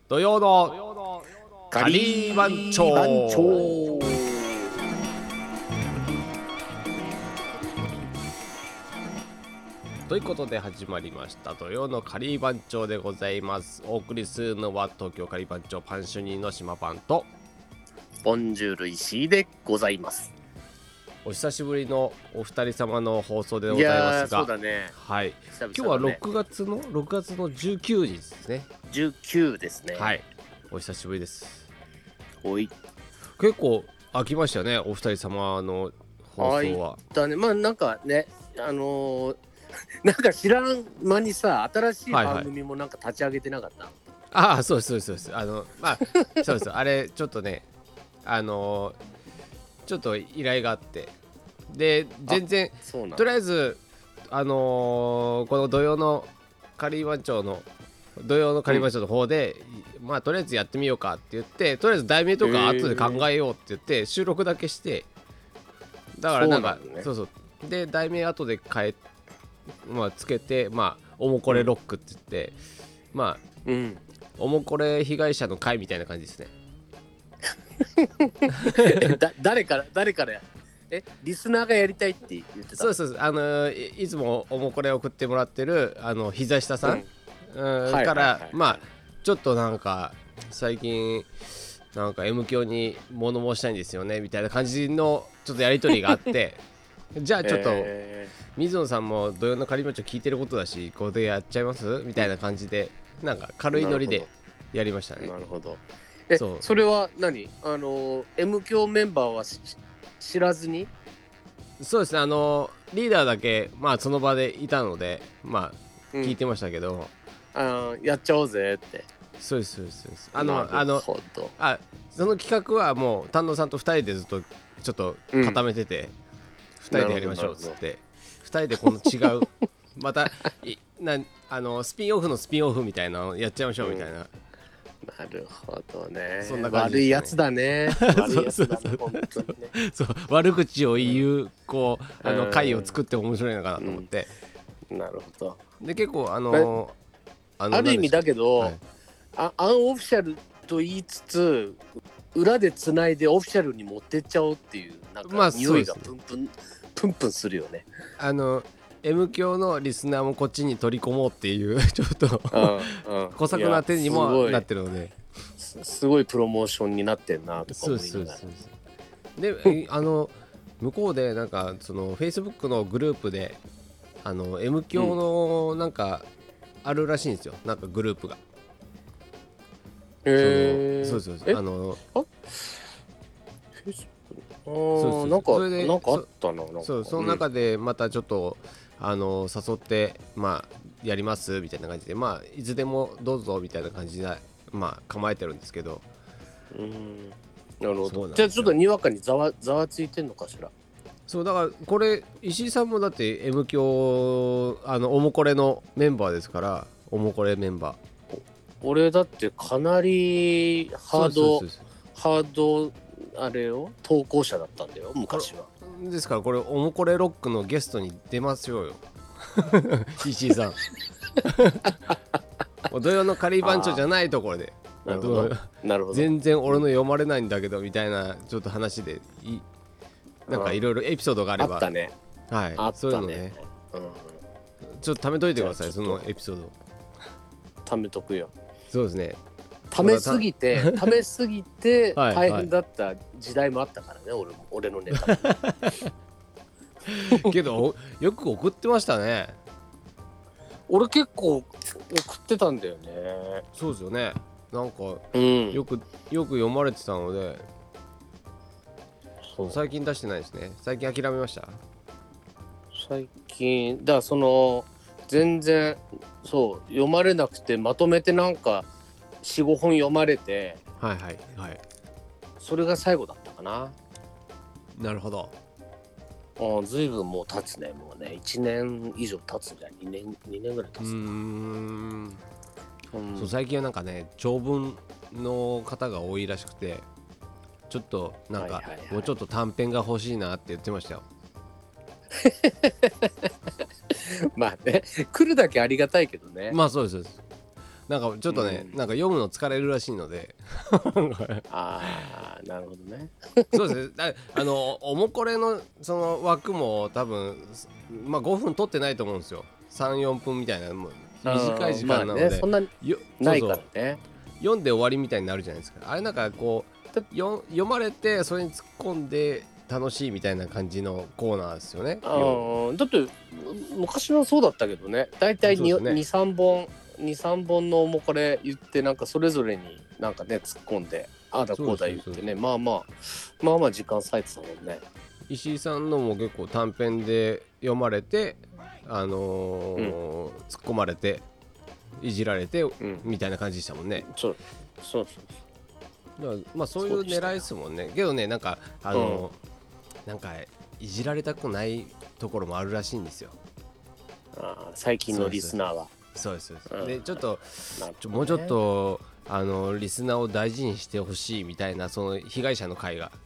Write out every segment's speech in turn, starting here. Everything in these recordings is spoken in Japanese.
土曜のカリー番長。ということで始まりました土曜のカリー番長でございます。お送りするのは東京カリー番長パン主任の島パンとボンジュール石井でございます。 お久しぶりのお二人様の放送でございますが、 そうだね。 はい、 久々だね。 今日は6月の19日ですね。 19ですね。 はい、お久しぶりです。 おい。 結構飽きましたね、お二人様の放送は。 だね。まあなんかね、なんか知らん間にさ、新しい番組もなんか立ち上げてなかった。 ああ、そうですそうです。まあそうです。あれちょっとね、ちょっと依頼があって、で全然とりあえずこの土曜のカリー番長の方で、まあとりあえずやってみようかって言って、とりあえず題名とか後で考えようって言って収録だけして、だからなんかそうで題名後でつけて、まあおもこれロックって言って、まあおもこれ被害者の会みたいな感じですね。 誰からリスナーがやりたいって言ってた。 そういつもおもこれ送ってもらってる膝下さん、からまあちょっとなんか最近なんか M 響に物申したいんですよねみたいな感じのちょっとやり取りがあってじゃあちょっと水野さんも土曜のカリー番長聞いてることだし、ここでやっちゃいますみたいな感じで、なんか軽いノリでやりましたね。 なるほど。それは何M 響メンバーは知らずに？ そうですね、リーダーだけまあその場でいたのでまあ聞いてましたけど、 やっちゃおうぜって。 そうですその企画はもう丹野さんと2人でずっとちょっと固めてて、2人でやりましょうっつって、2人でこの違うまたスピンオフのスピンオフみたいなのやっちゃいましょうみたいな。 なるほどね。 そんな感じですね。 悪いやつだね。悪いやつだね。本当にね。 そう、悪口を言う回を作って面白いのかなと思って。 なるほど。 で結構ある意味だけど、アンオフィシャルと言いつつ裏でつないでオフィシャルに持ってっちゃおうっていうなんか匂いがプンプンするよね。 M 響のリスナーもこっちに取り込もうっていうちょっと小作な手にもなってるので、 すごいプロモーションになってんなとか思いながら。 で向こうでなんかその Facebook のグループでM 響のなんかあるらしいんですよ、なんかグループが。 なんかあったな。 その中でまたちょっと誘ってまあやりますみたいな感じで、まあいつでもどうぞみたいな感じでまあ構えてるんですけど。 なるほど。じゃあちょっとにわかにざわついてんのかしら。 そうだからこれ石井さんもだって M 響おもこれのメンバーですから、おもこれメンバー。 俺だってかなりハードあれよ、投稿者だったんだよ昔は。 ですからこれおもこれロックのゲストに出ますよ石井さん土曜のカリー番長じゃないところで、 なるほど全然俺の読まれないんだけどみたいなちょっと話でなんかいろいろエピソードがあればあったね。 はい、そういうのね、ちょっと貯めといてください、そのエピソード貯めとくよ。 そうですね、 貯めすぎて大変だった時代もあったからね、俺のネタけどよく送ってましたね。 俺結構送ってたんだよね。 そうですよね、なんか、よく読まれてたので。最近出してないですね。最近諦めました。 最近だから全然そう読まれなくて、まとめてなんか 4,5 本読まれて、それが最後だったかな。 なるほど。 ずいぶんもう経つね。もうね1年以上経つんじゃん。2年ぐらい経つ。 そう最近はなんかね長文の方が多いらしくて、ちょっとなんかもうちょっと短編が欲しいなって言ってましたよまあね、来るだけありがたいけどね。 まあそうです。 なんかちょっとね、なんか読むの疲れるらしいのでああ、なるほどね。 そうですね。おもこれのその枠も多分まあ5分取ってないと思うんですよ。3、4分みたいなもう短い時間なので、 そんなないからね。 読んで終わりみたいになるじゃないですか。あれなんかこう読まれてそれに突っ込んで楽しいみたいな感じのコーナーですよね。 だって昔はそうだったけどね。だいたい 2,3 本のおもこれ言って、なんかそれぞれになんかね突っ込んでああだこうだ言ってね、まあまあ時間割いてたもんね。 石井さんのも結構短編で読まれて突っ込まれていじられて、みたいな感じでしたもんね。 そうだからまあそういう狙いですもんね。けどね、なんかなんかいじられたくないところもあるらしいんですよ。 最近のリスナーは。 そうです。でちょっともうちょっとリスナーを大事にしてほしいみたいな、その被害者の会が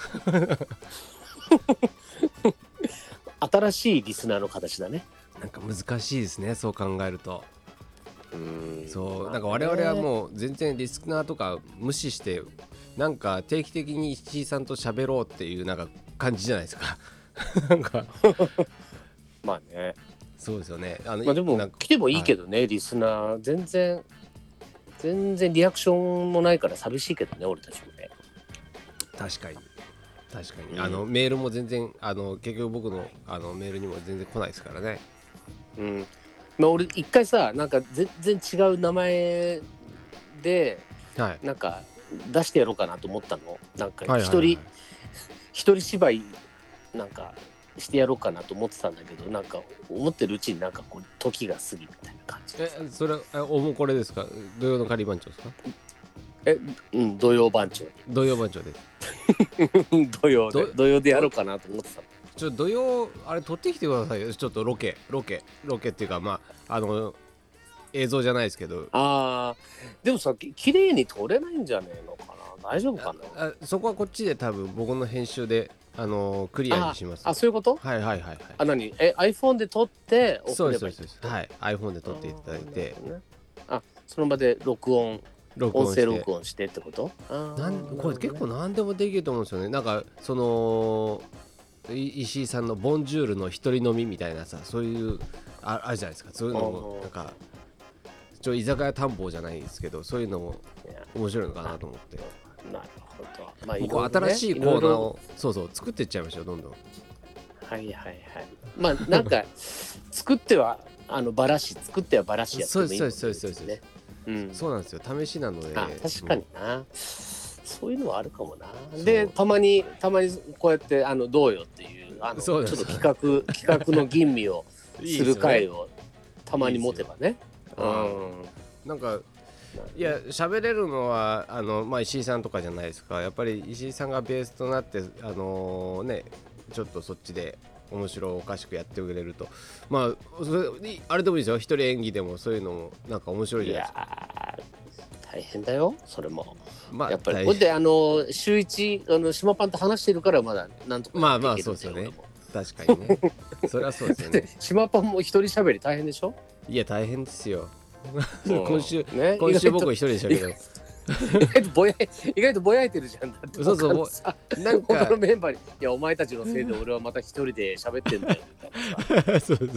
新しいリスナーの形だね。 なんか難しいですね、そう考えると。そうなんか我々はもう全然リスナーとか無視して、なんか定期的に石井さんと喋ろうっていうなんか感じじゃないですかなんかまあね、 そうですよね。 でも来てもいいけどね、リスナー全然リアクションもないから寂しいけどね、俺たちもね。 確かにメールも全然結局僕のメールにも全然来ないですからね。 俺一回さ、なんか全然違う名前で、なんか出してやろうかなと思ったの。なんか一人芝居なんかしてやろうかなと思ってたんだけど、なんか思ってるうちになんかこう時が過ぎみたいな感じ。 それおもこれですか？土曜の仮番長ですか？ 土曜番長。 土曜番長です土曜でやろうかなと思ってた。 土曜あれ撮ってきてくださいよ。ちょっとロケっていうか、まあ映像じゃないですけど。 でもさ、綺麗に撮れないんじゃねえのかな。大丈夫かな。 そこはこっちで多分僕の編集でクリアにします。 そういうこと？ はい。 何iPhone で撮って送ればいい？そうです。はい、iPhone で撮っていただいて、 その場で音声録音してってこと？ これ結構何でもできると思うんですよね。なんかその石井さんのボンジュールの一人飲みみたいなさ、そういうあるじゃないですか。そういうのもなんか居酒屋探訪じゃないですけど、そういうのも面白いのかなと思って。 なるほど。 新しいコーナーをそう作っていっちゃいましょう、どんどん。 はい。まあなんか作ってはバラシやってもいいんですね。 そうなんですよ。試しなので。 確かにな。そういうのはあるかもな。でたまにこうやってどうよっていうちょっと企画の吟味をする回をたまに持てばね。 なんかいや喋れるのは石井さんとかじゃないですか。やっぱり石井さんがベースとなってちょっとそっちで面白おかしくやってくれると、あれでもいいですよ。一人演技でもそういうのもなんか面白いじゃないですか。いや大変だよそれも。やっぱりこれで週一島パンと話してるからまだなんとかできる。 そうですよね。確かにねそれはそうですよね。 島パンも一人喋り大変でしょ？ いや大変ですよ今週僕一人でしたけど意外とぼやいてるじゃん。だってそうなんか他のメンバーに「いやお前たちのせいで俺はまた一人で喋ってんだよ」みたいなそう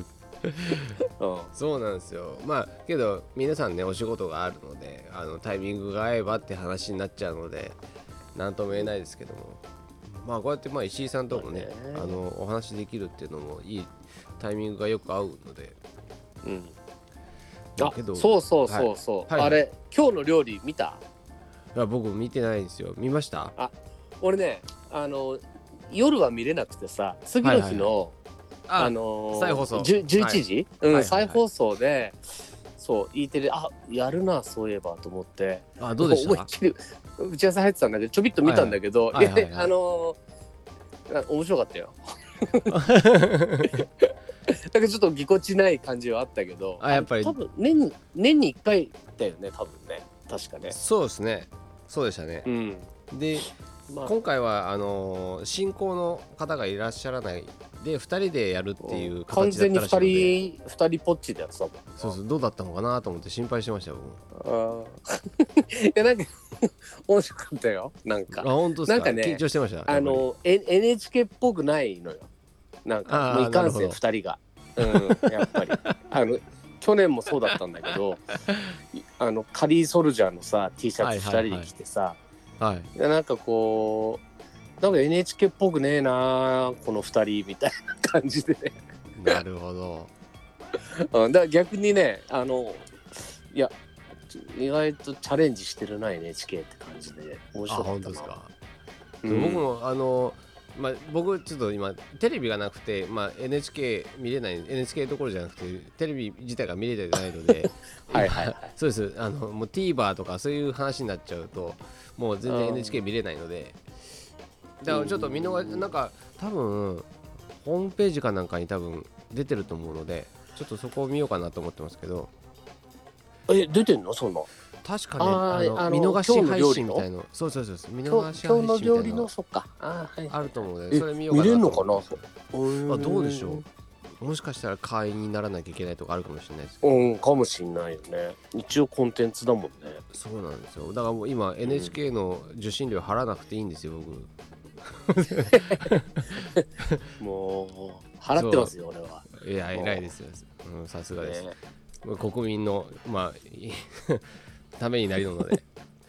そうなんですよ。けど皆さんねお仕事があるのでタイミングが合えばって話になっちゃうので何とも言えないですけども、こうやって石井さんともねお話できるっていうのもいいタイミングがよく合うので。 そう、あれ今日の料理見た？ いや僕見てないんですよ。見ました？ 俺ね夜は見れなくてさ、次の日の再放送 11時、再放送でE テレやるなそういえばと思って、 どうでした？ 思いっきり打ち合わせ入ってたんだけどちょびっと見たんだけど、面白かったよだからちょっとぎこちない感じはあったけど、やっぱり多分年に1回だよね多分ね。確かね。 そうですね。そうでしたね。で今回は進行の方がいらっしゃらないで2人でやるっていう形だった完全にらしいので、 2人ぽっちでやってたもん。 そうどうだったのかなと思って心配してましたよ。 いやなんか面白かったよ。なんか本当ですか。 なんかね、 緊張してました。 NHK っぽくないのよ。なんかもういかんせん2人が、やっぱり去年もそうだったんだけどカリーソルジャーのさ T シャツ2人で着てさ、なんかこうなんか NHK っぽくねえなこの2人みたいな感じでね。 なるほど。 だから逆にねいや意外とチャレンジしてるな NHK って感じで面白かったな。 本当ですか。僕も僕ちょっと今テレビがなくて、NHK 見れない、 NHK どころじゃなくてテレビ自体が見れてないのではいはい、はい、そうです。もう TVer とかそういう話になっちゃうともう全然 NHK 見れないので、だからちょっと見逃なんか多分ホームページかなんかに多分出てると思うのでちょっとそこを見ようかなと思ってますけど。 出てんのそんな。 確かね見逃し配信みたいな。そう見逃し配信みたいな。今日の料理のそっかあると思うのでそれ見ようかなと。見れるのかな。どうでしょう。もしかしたら会員にならなきゃいけないとかあるかもしれないですけど。 かもしれないよね。一応コンテンツだもんね。 そうなんですよ。だからもう今 NHK の受信料払わなくていいんですよ僕。もう払ってますよ俺は。 いや偉いですよ。さすがです。国民のためになりので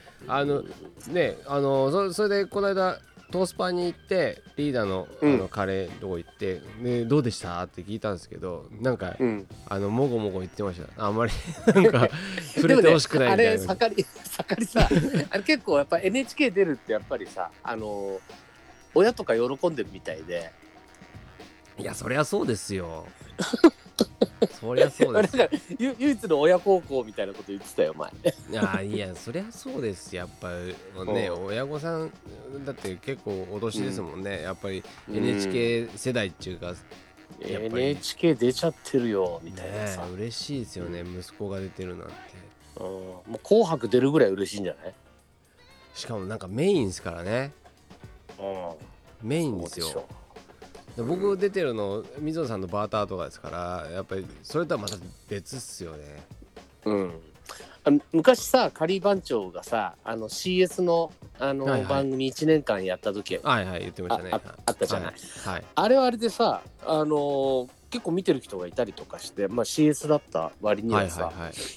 それでこの間トースパに行ってリーダーのカレーのとこ行ってでどうでしたって聞いたんですけどなんかもごもご言ってました。あんまりなんか触れてほしくないみたいな。 あれ盛りさあれ結構やっぱ NHK 出るってやっぱりさ親とか喜んでるみたいで。 いやそりゃそうですよそりゃそうです。 唯一の親孝行みたいなこと言ってたよ前。 いやそりゃそうです。やっぱね親御さんだって結構お年ですもんね、やっぱり NHK 世代っていうか、やっぱり NHK 出ちゃってるよみたいなさ、 嬉しいですよね、息子が出てるなんて。 もう紅白出るぐらい嬉しいんじゃない。 しかもなんかメインですからね。メインですよ。僕出てるの水野さんのバーターとかですからやっぱりそれとはまた別っすよね。 昔さカリー番長がさCS の番組1年間やった時言ってましたね。 あったじゃない。あれはあれでさ結構見てる人がいたりとかして、CS だった割にはさ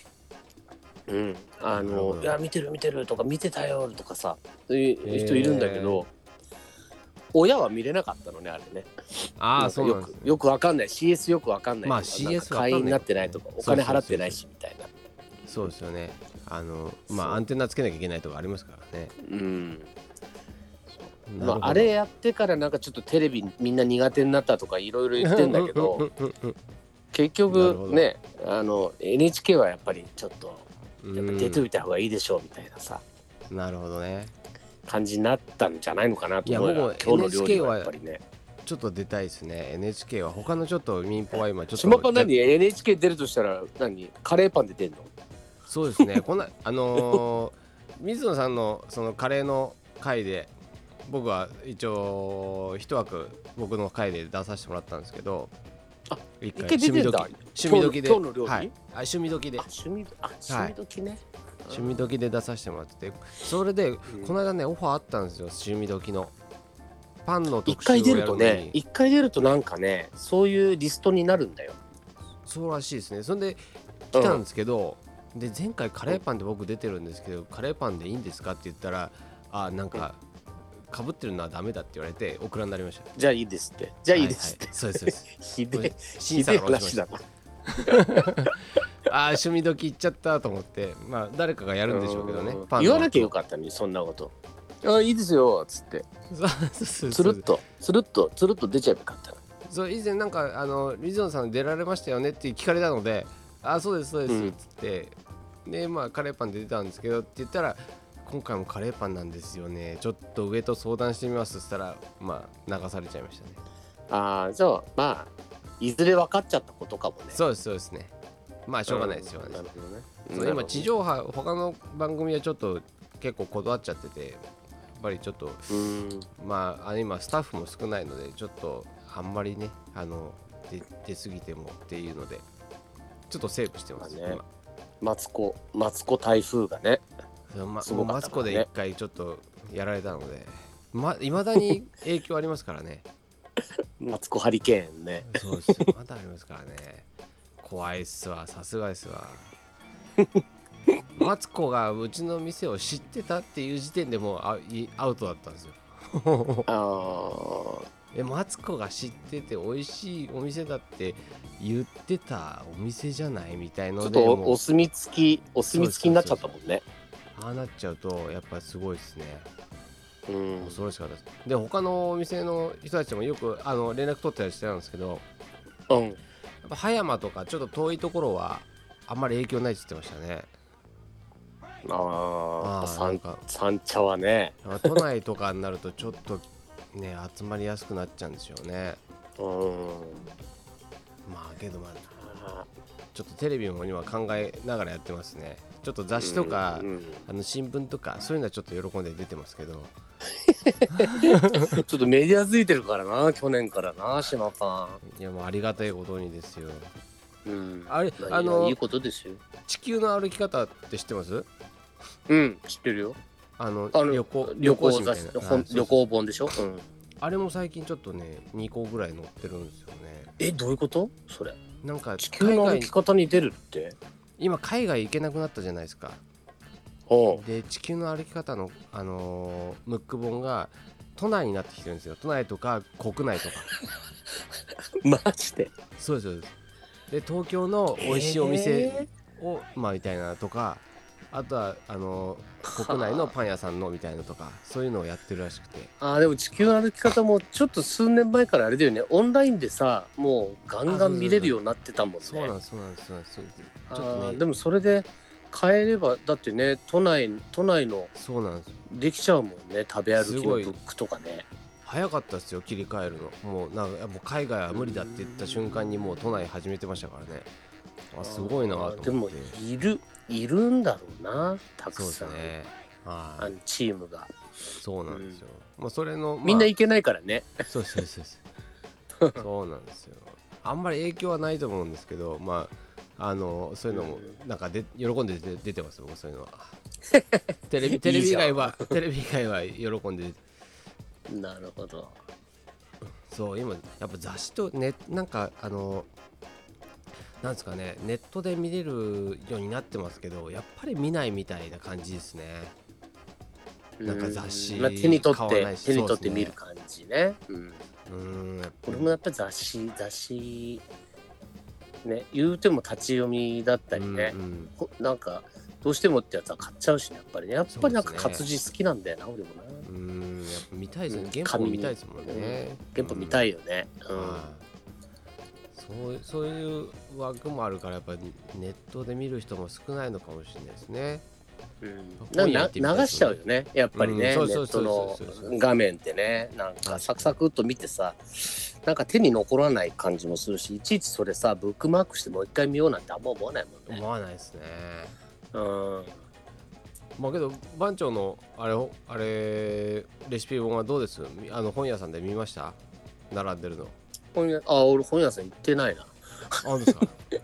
いや見てるとか見てたよとかさ人いるんだけど、親は見れなかったのねあれね。 そうなんですね。 よくわかんない CS よくわかんない。 CS 会員になってないとかお金払ってないしみたいな。 そうですよね。アンテナつけなきゃいけないとかありますからね。 あれやってからなんかちょっとテレビみんな苦手になったとかいろいろ言ってんだけど結局ねNHK はやっぱりちょっとやっぱ出ておいた方がいいでしょうみたいなさ。 なるほどね。 感じになったんじゃないのかなと思うよ。 今日の料理はやっぱりねちょっと出たいですね。 NHK は他のちょっと民放は今ちょっと島パン何 NHK 出るとしたらカレーパンで出んの。 そうですねこんな水野さんのそのカレーの回で僕は一応一枠僕の回で出させてもらったんですけど、 一回出てんだ。 趣味時で今日の料理、 趣味時で趣味時ね、 趣味時で出させてもらってて、それでこの間ねオファーあったんですよ。趣味時のパンの特集をやるのに一回出るとなんかねそういうリストになるんだよ。 そうらしいですね。それで来たんですけど、で前回カレーパンで僕出てるんですけどカレーパンでいいんですかって言ったらなんか被ってるのはダメだって言われてオクラになりました。 じゃあいいですって。じゃあいいですって。 そうです。 ひでえ話だな。 趣味時行っちゃったと思って、誰かがやるんでしょうけどね。 言わなきゃよかったのにそんなこと。いいですよっつってつるっと出ちゃえばよかったの。 そう以前なんか水野さん出られましたよねって聞かれたのでそうですっつってでカレーパンで出たんですけどって言ったら今回もカレーパンなんですよねちょっと上と相談してみますって言ったら流されちゃいましたね。 じゃあいずれ分かっちゃったことかもね。 そうですね。しょうがないですよね。なるほどね。今地上波他の番組はちょっと結構断っちゃっててやっぱりちょっと今スタッフも少ないのでちょっとあんまりね出過ぎてもっていうのでちょっとセーブしてますね。 マツコ台風がね、 もうマツコで一回ちょっとやられたので、いまだに影響ありますからね。 マツコハリケーンね。 そうですよ、まだありますからね。怖いっすわ、さすがですわ。マツコがうちの店を知ってたっていう時点でもうアウトだったんですよ。マツコが知ってて美味しいお店だって言ってたお店じゃないみたいので、 ちょっとお墨付きになっちゃったもんね。 ああなっちゃうとやっぱりすごいですね。恐ろしかったです。で他のお店の人たちもよく連絡取ってたりしてたんですけど、やっぱ葉山とかちょっと遠いところはあんまり影響ないって言ってましたね。 三茶はね、 都内とかになるとちょっとね集まりやすくなっちゃうんですよね。まあけどちょっとテレビも今考えながらやってますね。ちょっと雑誌とか、新聞とかそういうのはちょっと喜んで出てますけどちょっとメディアついてるからな、去年からな、島さん。いやもうありがたいことにですよ。 あれいいことですよ。 地球の歩き方って知ってます？ 知ってるよ。 旅行誌みたいな旅行本でしょ。 あれも最近ちょっとね2個ぐらい載ってるんですよね。 どういうこと？それなんか地球の歩き方に出るって。 今海外行けなくなったじゃないですか。で地球の歩き方のムック本が都内になってきてるんですよ。都内とか国内とかマジで？ そうですで東京の美味しいお店を、みたいなとか、あとは国内のパン屋さんのみたいなとか、そういうのをやってるらしくて。 でも地球の歩き方もちょっと数年前からあれだよね、オンラインでさもうガンガン見れるようになってたもんね。 そうなんですちょっとね、でもそれで変えればだってね、都内のそうなんですできちゃうもんね、食べ歩きのブックとかね。 早かったですよ切り替えるの。もう海外は無理だって言った瞬間にもう都内始めてましたからね。すごいなと思って。 でもいるんだろうな、たくさん。 そうですね。 チームが。 そうなんですよ。それのみんな行けないからね。 そうそうなんですよ。あんまり影響はないと思うんですけど、そういうのもなんか喜んで出てますよ、そういうのは。テレビ以外は喜んで。 なるほど。 そう今やっぱ雑誌となんかなんですかね、ネットで見れるようになってますけど、やっぱり見ないみたいな感じですね。なんか雑誌手に取って見る感じね。俺もやっぱり雑誌ね、言うても立ち読みだったりね、なんかどうしてもってやつは買っちゃうしね、やっぱりね。やっぱりなんか活字好きなんだよな、俺もな。 やっぱ見たいですね。原本見たいですもんね。 原本見たいよね。 そういう枠もあるから、やっぱりネットで見る人も少ないのかもしれないですね。 流しちゃうよね、やっぱりね。ネットの画面ってね、なんかサクサクっと見てさ、なんか手に残らない感じもするし、いちいちそれさブックマークしてもう一回見ようなんてあんま思わないもんね。 思わないですね。けど番長のあれレシピ本はどうです？本屋さんで見ました？並んでるの。俺本屋さん行ってないな。 あ、ですか。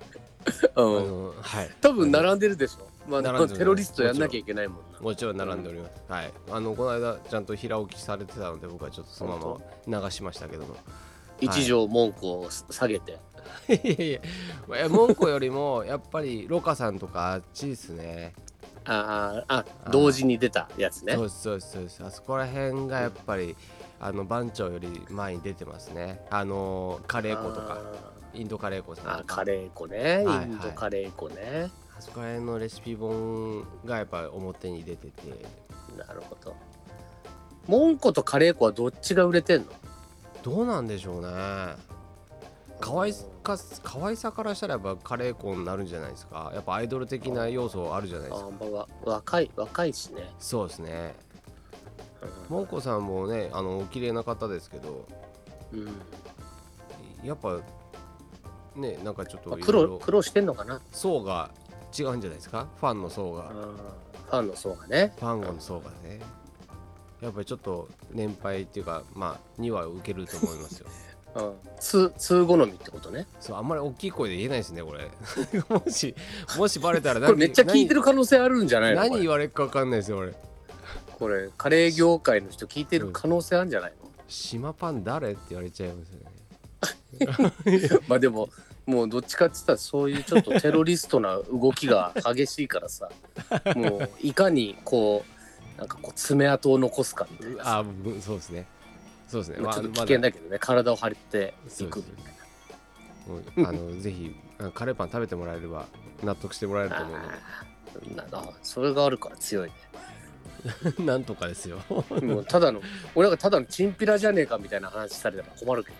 はい。多分並んでるでしょ。テロリストやんなきゃいけないもんな。 もちろん並んでおります。はい。この間ちゃんと平置きされてたので、僕はちょっとそのまま流しましたけども。 一条文句を下げて。 いや文句よりもやっぱりロカさんとかあっちですね。 同時に出たやつね。 そうです。あそこら辺がやっぱり番長より前に出てますね。カレー粉とかインドカレー粉さんとか。 カレー粉ね、インドカレー粉ね。 あそこら辺のレシピ本がやっぱり表に出てて。 なるほど。モンコとカレー粉はどっちが売れてんの？ どうなんでしょうね。可愛さからしたらやっぱカレー粉になるんじゃないですか。やっぱアイドル的な要素あるじゃないですか。 若いしね。 そうですね。モンコさんもねお綺麗な方ですけど、やっぱねなんかちょっと苦労してんのかな。 層が違うんじゃないですか。ファンの層がね。 ファンの層がね。やっぱりちょっと年配っていうかには受けると思いますよ。 通好みってことね。 そう、あんまり大きい声で言えないですねこれもしバレたらこれめっちゃ聞いてる可能性あるんじゃないの？ 何言われるか分かんないですよ俺。 これカレー業界の人聞いてる可能性あるんじゃないの？ 島パン誰って言われちゃいますよねまあでももうどっちかって言ったらそういうちょっとテロリストな動きが激しいからさもういかにこうなんかこう爪痕を残すかみたいな。 そうですね。そうですね。 ちょっと危険だけどね、体を張っていくみたいな。ぜひカレーパン食べてもらえれば納得してもらえると思うので。それがあるから強いねなんとかですよもうただの俺なんかただのチンピラじゃねえかみたいな話されたら困るけ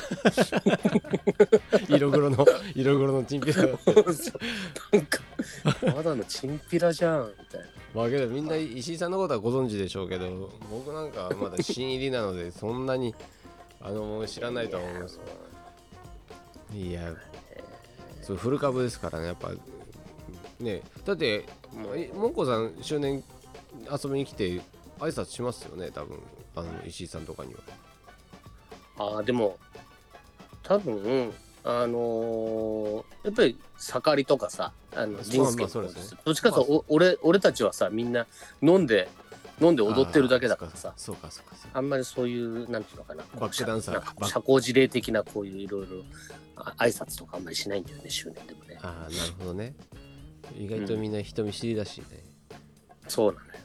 どね色黒のチンピラなんかただのチンピラじゃんみたいな。 まあけどみんな石井さんのことはご存知でしょうけど、僕なんかまだ新入りなのでそんなに知らないとは思います。いやそうフル株ですからねやっぱね。だってもんこさん周年遊びに来て挨拶しますよね多分石井さんとかには。でも多分やっぱり盛りとかさ人生どっちかというと俺たちはさみんな飲んで踊ってるだけだからさ。 そうかあんまりそういうなんていうのかなバックダンサー社交辞令的なこういういろいろ挨拶とかあんまりしないんだよね周年でもね。 なるほどね。意外とみんな人見知りだしね、 そうなのよ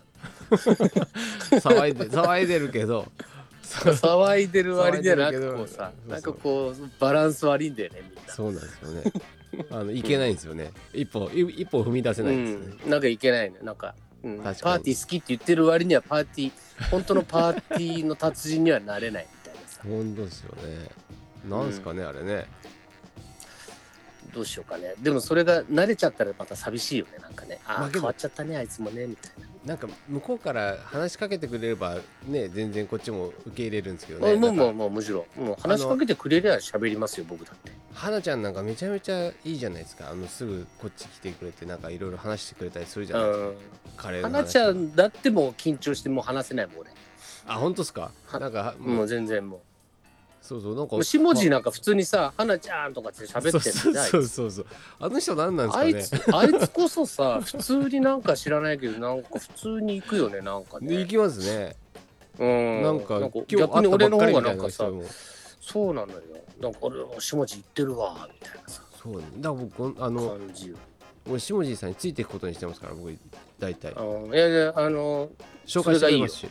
騒いでるけど騒いでる割にはなんかこうさなんかこうバランス悪いんだよねみんな。 そうなんですよねいけないんですよね、一歩踏み出せないんですね、 なんかいけないねなんか、パーティー好きって言ってる割には本当のパーティーの達人にはなれないみたいなさ。 本当ですよね。なんすかね、あれね。 どうしようかね。でもそれが慣れちゃったらまた寂しいよねなんかね。変わっちゃったねあいつもねみたいな。 なんか向こうから話しかけてくれればね全然こっちも受け入れるんですけどね。 もうむしろもう話しかけてくれれば喋りますよ僕だって。 花ちゃんなんかめちゃめちゃいいじゃないですか。すぐこっち来てくれてなんかいろいろ話してくれたりするじゃないですか。カレーの話。 花ちゃんだってもう緊張してもう話せないもん俺。 本当ですか。なんかもう全然もう。 そうなんか下地なんか普通にさ花ちゃんとかって喋ってるんだ。 そうあの人何なんですかね。 あいつこそさ普通になんか知らないけどなんか普通に行くよねなんかね。 行きますね。なんか逆に俺の方がなんかさそうなのよ。なんか俺下地行ってるわみたいなさ。 そうね。だから僕感じよ。俺下地さんについていくことにしてますから僕大体。いや紹介してくれますし。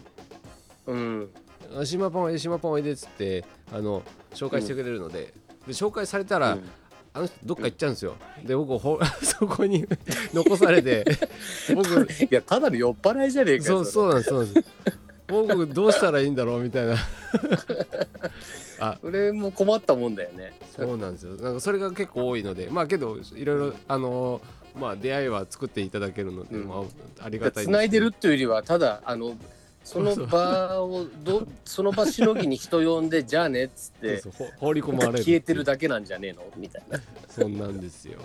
島パンおいでっつって紹介してくれるので、紹介されたら、あの人どっか行っちゃうんですよ。で僕そこに残されて僕いやただの酔っ払いじゃねえかよ。 そうなんです僕どうしたらいいんだろうみたいな俺も困ったもんだよね。 そうなんですよ。なんかそれが結構多いのでけどいろいろ出会いは作っていただけるので、ありがたいです。 繋いでるっていうよりはただその場しのぎに人呼んでじゃあねっつって放り込まれる消えてるだけなんじゃねえのみたいな。 そんなんですよ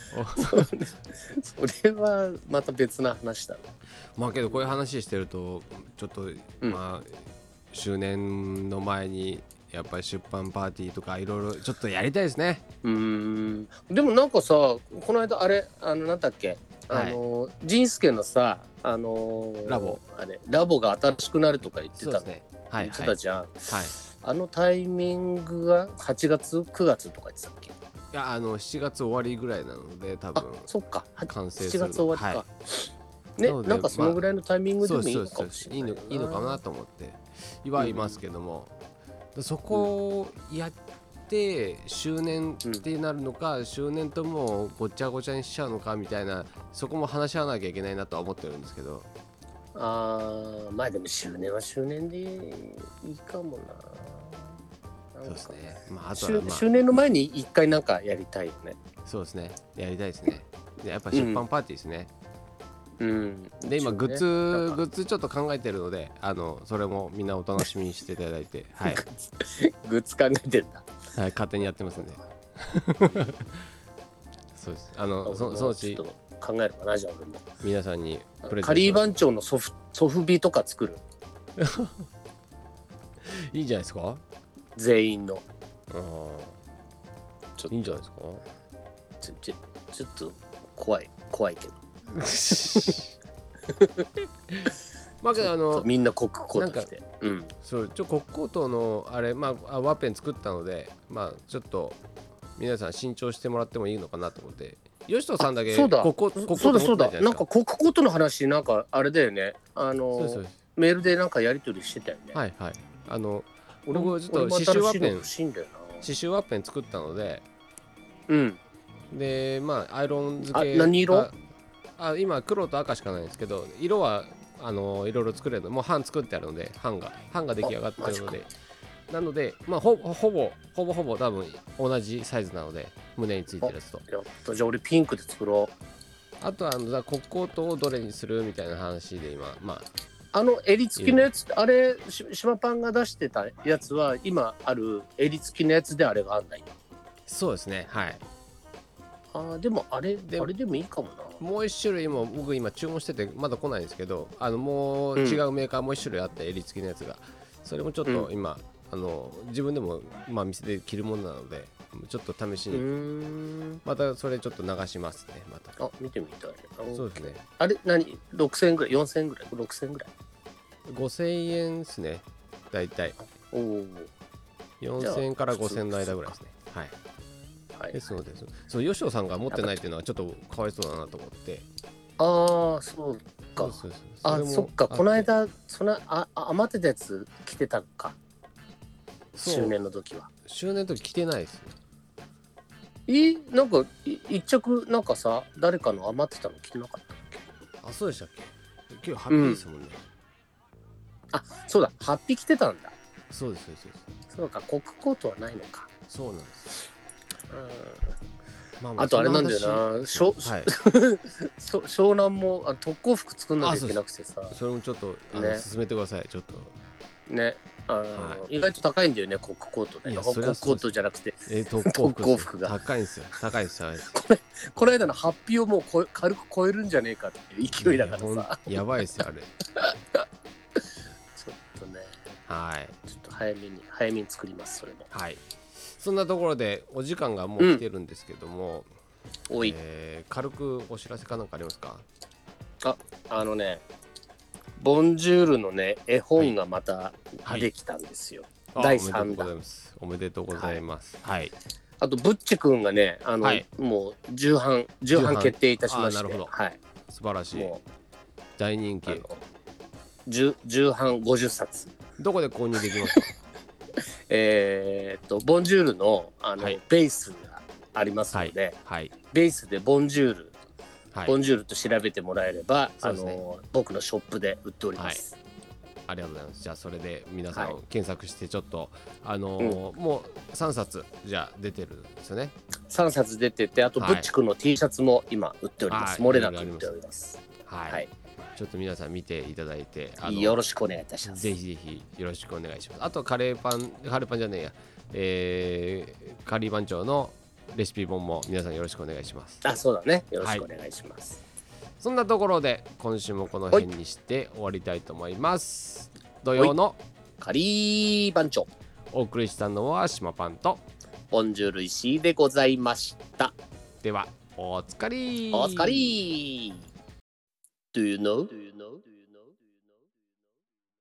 それはまた別な話だな。 けどこういう話してるとちょっと、周年の前にやっぱり出版パーティーとかいろいろちょっとやりたいですね。 でもなんかさこの間あれなんだっけ仁助のさラボが新しくなるとか言ってたね。言ってたじゃん。あのタイミングが8月9月とか言ってたっけ。いや7月終わりぐらいなので多分。 そっか完成する 7月終わりか。ね、なんかそのぐらいのタイミングでもいいのかもしれない。 いいのかなと思ってはいますけども、そこをやって周年ってなるのか、周年ともうごちゃごちゃにしちゃうのかみたいな、そこも話し合わなきゃいけないなとは思ってるんですけど。 まあでも周年は周年でいいかもな。 そうですね。 あとは周年の前に一回なんかやりたいよね。 そうですね。やりたいですね。やっぱ出版パーティーですね。で今グッズちょっと考えてるのでそれもみんなお楽しみにしていただいて、はい、 グッズ考えてるんだ。 はい、勝手にやってますんでそうです。そのうち考えるかな。じゃあ俺も皆さんにプレゼント。カリー番長のソフビとか作るいいじゃないですか。 全員のちょっといいんじゃないですか。 ちょっと怖いけどまあけどみんなコックコート着て、 そうコックコートのあれワッペン作ったのでちょっと皆さん新調してもらってもいいのかなと思って。吉野さんだけそうだなんかコックコートの話なんかあれだよね、メールでなんかやり取りしてたよね。 はいはい。僕ちょっと刺繍ワッペン作ったので、でアイロン付け何色？ 今黒と赤しかないんですけど、色はいろいろ作れるの、もう版作ってあるので、版が出来上がってるので、なのでほぼ多分同じサイズなので、胸についてるやつと。 じゃあ俺ピンクで作ろう。 あとはコックコートをどれにするみたいな話で今襟付きのやつ、あれ島パンが出してたやつは今ある襟付きのやつであれがあんない。 そうですね、はい。 でもあれでもいいかもな。 もう一種類も僕今注文しててまだ来ないんですけど、もう違うメーカーもう一種類あって、襟付きのやつが、それもちょっと今、自分でも店で着るものなので、ちょっと試しにまたそれちょっと流しますね。また見てみたい。 そうですね。 あれ何6000円ぐらい、4000円ぐらい、6000円ぐらい、 5000円ですね、だいたい。4000円から5000円の間ぐらいですね。はい。ですので、そう吉野さんが持ってないっていうのはちょっとかわいそうだなと思って。 そうか。そっか、この間余ってたやつ着てたのか。周年の時は。 周年の時着てないですね。なんか一着なんかさ、誰かの余ってたの着てなかったっけ？そうでしたっけ？今日ハッピーですもんね。 そうだ、ハッピー着てたんだ。 そうです。 そうか、コックコートはないのか。 そうなんです。 あとあれなんだよな、湘南も特攻服作んなきゃいけなくてさ。 それもちょっと進めてください。ちょっとね、意外と高いんだよね、コックコートね。コックコートじゃなくて特攻服が高いんですよ。 この間のハッピーをもう軽く超えるんじゃねえかっていう勢いだからさ。 やばいですよあれ。ちょっとね、ちょっと早めに作ります、それも。 そんなところでお時間がもう来てるんですけども、軽くお知らせかなんかありますか？ ボンジュールのね絵本がまたできたんですよ。第3弾。 おめでとうございます。 あとブッチ君がねもう重版決定いたしまして。 なるほど。素晴らしい。大人気。 重版50冊。 どこで購入できますか？ ボンジュールのベースがありますので、ベースでボンジュールと調べてもらえれば、僕のショップで売っております。 ありがとうございます。じゃあそれで皆さん検索してちょっともう3冊じゃ出てるんですよね。 3冊出てて、あとブッチ君の T シャツも今売っております。漏れなく売っております。 ちょっと皆さん見ていただいてよろしくお願いいたします。 ぜひよろしくお願いします。あとカレーパンじゃねえや、カリー番長のレシピ本も皆さんよろしくお願いします。 そうだね、よろしくお願いします。 そんなところで今週もこの辺にして終わりたいと思います。土曜のカリー番長、 お送りしたのは島パンとボンジュール石井でございました。 ではおつかり。 Do you know?